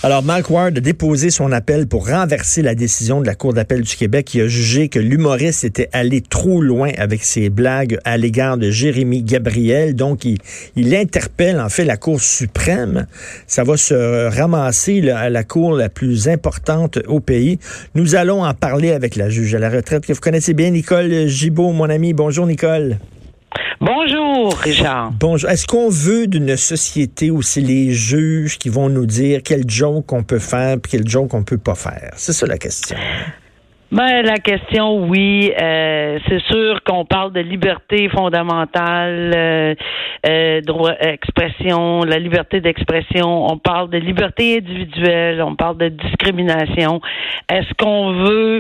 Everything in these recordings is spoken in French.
Alors, Mike Ward a déposé son appel pour renverser la décision de la Cour d'appel du Québec qui a jugé que l'humoriste était allé trop loin avec ses blagues à l'égard de Jérémy Gabriel. Donc, il interpelle, en fait, la Cour suprême. Ça va se ramasser là, à la Cour la plus importante au pays. Nous allons en parler avec la juge à la retraite que vous connaissez bien, Nicole Gibault, mon ami. Bonjour, Nicole. Bonjour, Richard. Bonjour. Est-ce qu'on veut d'une société où c'est les juges qui vont nous dire quel joke on peut faire et quel joke on peut pas faire? C'est ça la question. Ben, la question, oui, c'est sûr qu'on parle de liberté fondamentale, droit expression, la liberté d'expression, on parle de liberté individuelle, on parle de discrimination. Est-ce qu'on veut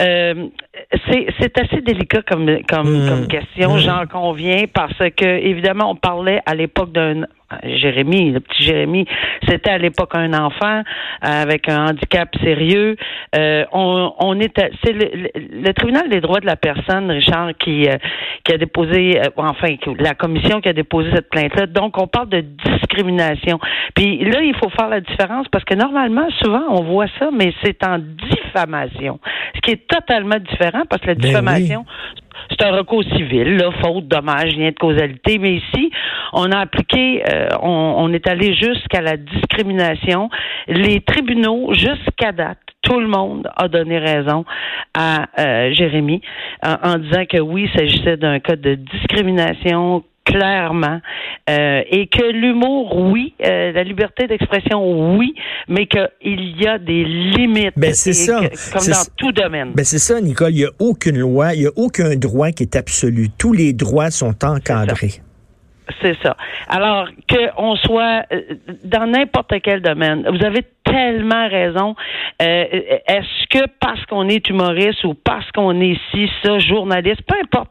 c'est assez délicat comme question, j'en conviens, parce que évidemment on parlait à l'époque d'un Jérémy, le petit Jérémy, c'était à l'époque un enfant avec un handicap sérieux. C'est le tribunal des droits de la personne, Richard, qui a déposé, la commission qui a déposé cette plainte-là. Donc, on parle de discrimination. Puis là, il faut faire la différence parce que normalement, souvent, on voit ça, mais c'est en diffamation, ce qui est totalement différent parce que la diffamation, c'est un recours civil, là, faute, dommage, lien de causalité. Mais ici, on a appliqué, on est allé jusqu'à la discrimination. Les tribunaux, jusqu'à date, tout le monde a donné raison à Jérémy en disant que oui, il s'agissait d'un cas de discrimination clairement, et que l'humour, oui, la liberté d'expression, oui, mais qu'il y a des limites. Ben c'est ça. Comme dans tout domaine. Ben c'est ça, Nicole. Il n'y a aucune loi, il n'y a aucun droit qui est absolu. Tous les droits sont encadrés. C'est ça. Alors, qu'on soit dans n'importe quel domaine, vous avez tellement raison. Est-ce que parce qu'on est humoriste ou parce qu'on est journaliste, peu importe.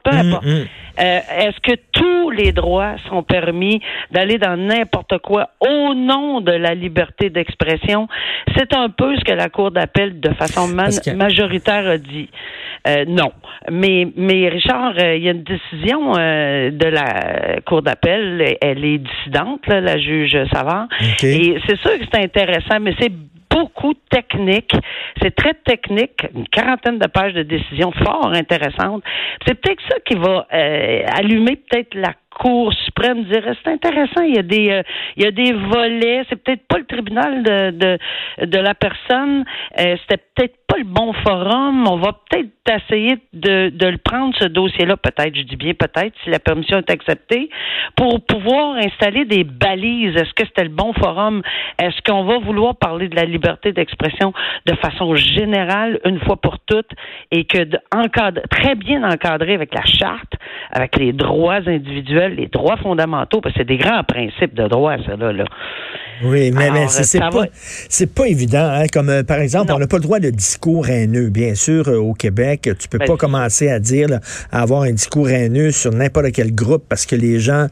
Est-ce que tous les droits sont permis d'aller dans n'importe quoi au nom de la liberté d'expression? C'est un peu ce que la Cour d'appel, de façon majoritaire, a dit. Non. Mais Richard, il y a une décision de la Cour d'appel. Elle est dissidente, là, la juge Savard. Okay. Et c'est sûr que c'est intéressant, mais c'est beaucoup technique. C'est très technique. Une quarantaine de pages de décision fort intéressantes. C'est peut-être ça qui va allumer peut-être la Cour suprême, dirait c'est intéressant, il y a des volets, c'est peut-être pas le tribunal de la personne, c'était peut-être pas le bon forum, on va peut-être essayer de le prendre, ce dossier-là, peut-être, je dis bien peut-être, si la permission est acceptée, pour pouvoir installer des balises. Est-ce que c'était le bon forum? Est-ce qu'on va vouloir parler de la liberté d'expression de façon générale, une fois pour toutes, et que très bien encadré avec la charte, avec les droits individuels, les droits fondamentaux, parce que c'est des grands principes de droit, ça, là. Oui, mais c'est pas évident, hein, comme par exemple, on n'a pas le droit de discours haineux. Bien sûr, au Québec, tu peux pas commencer à dire, là, à avoir un discours haineux sur n'importe quel groupe parce que les gens,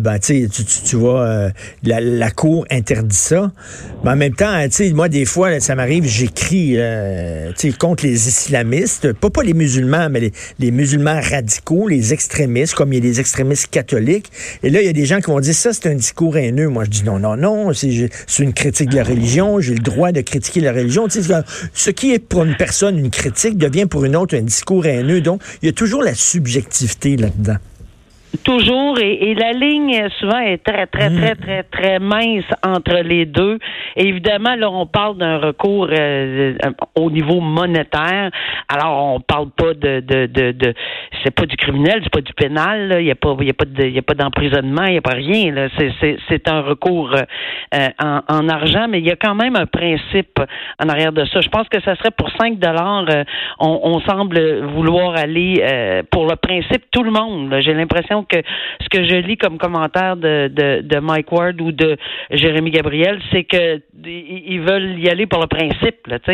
tu vois, la Cour interdit ça. Mais en même temps, tu sais, moi, des fois, là, ça m'arrive, j'écris, contre les islamistes, pas les musulmans, mais les musulmans radicaux, les extrémistes, comme il y a des extrémistes catholiques. Et là, il y a des gens qui vont dire, ça, c'est un discours haineux. Moi, je dis non, c'est une critique de la religion, j'ai le droit de critiquer la religion. Tu sais, ce qui est pour une personne une critique devient pour une autre un discours haineux. Donc, il y a toujours la subjectivité là-dedans. Toujours, et la ligne souvent est très mince entre les deux. Et évidemment, là, on parle d'un recours au niveau monétaire. Alors, on parle pas de c'est pas du criminel, c'est pas du pénal, là. Il y a pas d'emprisonnement, il y a pas rien, là. C'est un recours en argent, mais il y a quand même un principe en arrière de ça. Je pense que ça serait pour $5. On semble vouloir aller pour le principe tout le monde, là. J'ai l'impression que ce que je lis comme commentaire de Mike Ward ou de Jérémy Gabriel, c'est que ils veulent y aller pour le principe, là, tu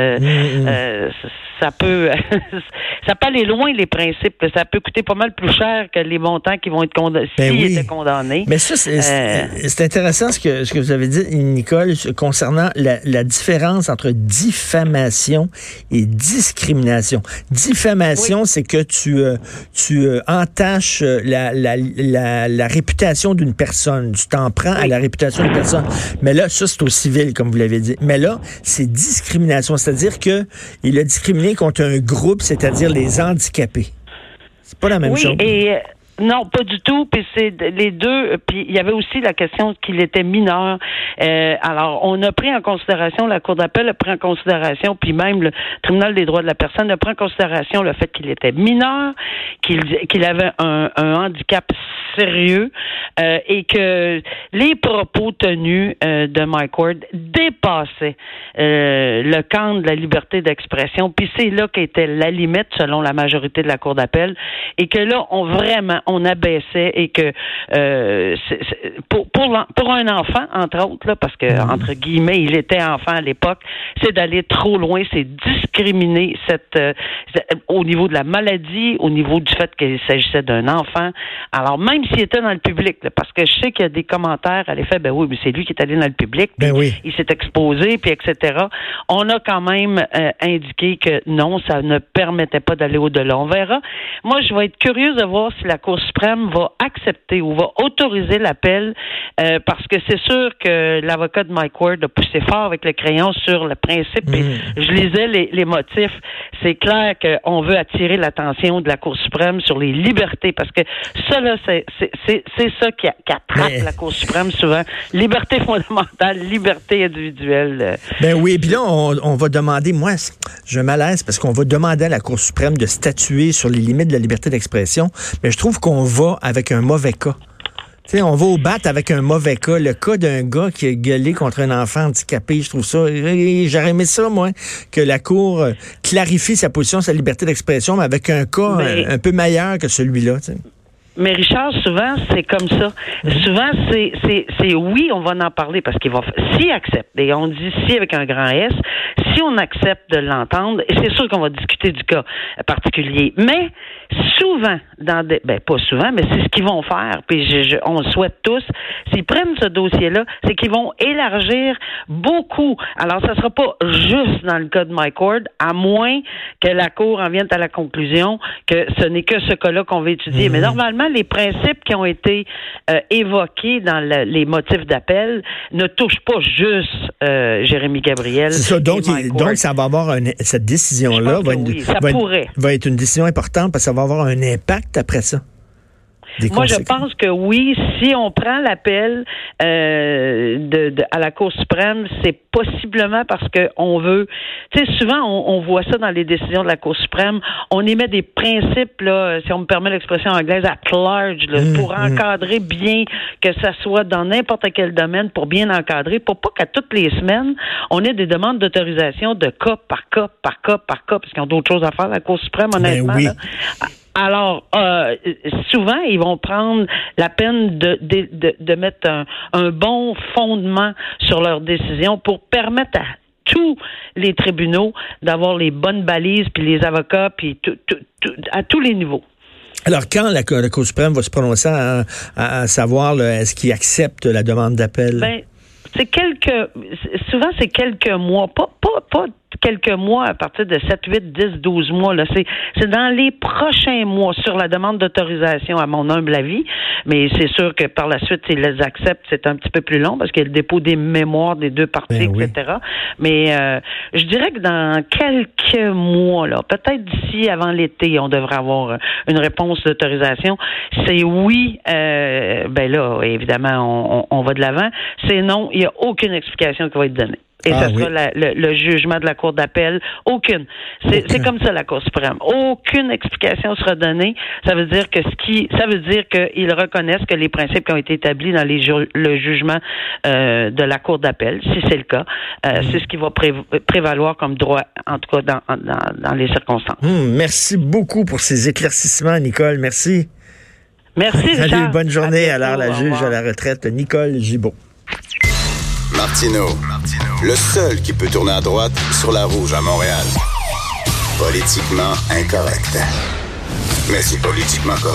sais, ça peut aller loin, les principes, ça peut coûter pas mal plus cher que les montants qui vont être condamnés étaient condamnés. Mais ça, c'est intéressant ce que vous avez dit, Nicole, concernant la différence entre diffamation et discrimination. Diffamation, c'est que tu entaches la réputation d'une personne. Tu t'en prends à la réputation d'une personne. Mais là, ça, c'est au civil, comme vous l'avez dit. Mais là, c'est discrimination. C'est-à-dire qu'il a discriminé contre un groupe, c'est-à-dire les handicapés. C'est pas la même chose. Non, pas du tout. Puis c'est les deux. Puis il y avait aussi la question qu'il était mineur. Alors, on a pris en considération, la Cour d'appel a pris en considération, puis même le Tribunal des droits de la personne a pris en considération le fait qu'il était mineur, qu'il avait un handicap sérieux et que les propos tenus de Mike Ward dépassaient le camp de la liberté d'expression. Puis c'est là qu'était la limite, selon la majorité de la Cour d'appel, et que là, on abaissait et que pour un enfant, entre autres, là, parce que, entre guillemets, il était enfant à l'époque, c'est d'aller trop loin, c'est discriminer au niveau de la maladie, au niveau du fait qu'il s'agissait d'un enfant. Alors, même s'il était dans le public, là, parce que je sais qu'il y a des commentaires à l'effet, ben oui, mais c'est lui qui est allé dans le public, puis il s'est exposé, puis etc. On a quand même indiqué que non, ça ne permettait pas d'aller au-delà. On verra. Moi, je vais être curieuse de voir si la Cour suprême va accepter ou va autoriser l'appel, parce que c'est sûr que l'avocat de Mike Ward a poussé fort avec le crayon sur le principe. Et je lisais les motifs. C'est clair qu'on veut attirer l'attention de la Cour suprême sur les libertés, parce que ça, là, c'est ça qui attrape la Cour suprême souvent. Liberté fondamentale, liberté individuelle. Ben oui, puis là, on va demander, moi, je malaise parce qu'on va demander à la Cour suprême de statuer sur les limites de la liberté d'expression, mais je trouve qu'on va avec un mauvais cas. Tu sais, on va au bat avec un mauvais cas. Le cas d'un gars qui a gueulé contre un enfant handicapé, je trouve ça... J'aurais aimé ça, moi, que la Cour clarifie sa position sur la liberté d'expression, mais avec un cas un peu meilleur que celui-là, tu sais. Mais Richard, souvent, c'est comme ça. Souvent, c'est oui, on va en parler parce qu'il va, s'il accepte, et on dit si avec un grand S, si on accepte de l'entendre, et c'est sûr qu'on va discuter du cas particulier. Mais souvent, pas souvent, mais c'est ce qu'ils vont faire, puis on le souhaite tous, s'ils prennent ce dossier-là, c'est qu'ils vont élargir beaucoup. Alors, ça sera pas juste dans le cas de Mike Ward, à moins que la Cour en vienne à la conclusion que ce n'est que ce cas-là qu'on va étudier. Mais normalement, les principes qui ont été évoqués dans les motifs d'appel ne touchent pas juste Jérémy Gabriel. C'est ça, donc ça va avoir cette décision-là va être une décision importante parce que ça va avoir un impact après ça. Moi, je pense que oui, si on prend l'appel à la Cour suprême, c'est possiblement parce que on veut... Tu sais, souvent, on voit ça dans les décisions de la Cour suprême. On émet des principes, là, si on me permet l'expression anglaise, at large, là, pour encadrer bien, que ça soit dans n'importe quel domaine, pour bien encadrer, pour pas qu'à toutes les semaines, on ait des demandes d'autorisation de cas par cas, par cas, par cas, parce qu'ils ont d'autres choses à faire, la Cour suprême, honnêtement. Là. Alors, souvent, ils vont prendre la peine de mettre un bon fondement sur leur décision pour permettre à tous les tribunaux d'avoir les bonnes balises, puis les avocats, puis à tous les niveaux. Alors, quand la Cour suprême va se prononcer à savoir est-ce qu'ils acceptent la demande d'appel? Ben, souvent, c'est quelques mois, pas quelques mois à partir de 7, 8, 10, 12 mois. Là. C'est dans les prochains mois sur la demande d'autorisation, à mon humble avis. Mais c'est sûr que par la suite, s'ils les acceptent, c'est un petit peu plus long parce qu'il y a le dépôt des mémoires des deux parties, etc. Mais je dirais que dans quelques mois, là, peut-être d'ici avant l'été, on devrait avoir une réponse d'autorisation. C'est oui, ben là, évidemment, on va de l'avant. C'est non, il n'y a aucune explication qui va être donnée. Et ça sera le jugement de la Cour d'appel. Aucune. C'est comme ça, la Cour suprême. Aucune explication sera donnée. Ça veut dire qu'ils reconnaissent que les principes qui ont été établis dans le jugement de la Cour d'appel, si c'est le cas, c'est ce qui va prévaloir comme droit, en tout cas dans les circonstances. Merci beaucoup pour ces éclaircissements, Nicole. Merci. Merci, Richard. Salut, bonne journée. Alors, la juge à la retraite, Nicole Gibault. Martineau, le seul qui peut tourner à droite sur la rouge à Montréal. Politiquement incorrect. Mais c'est politiquement correct.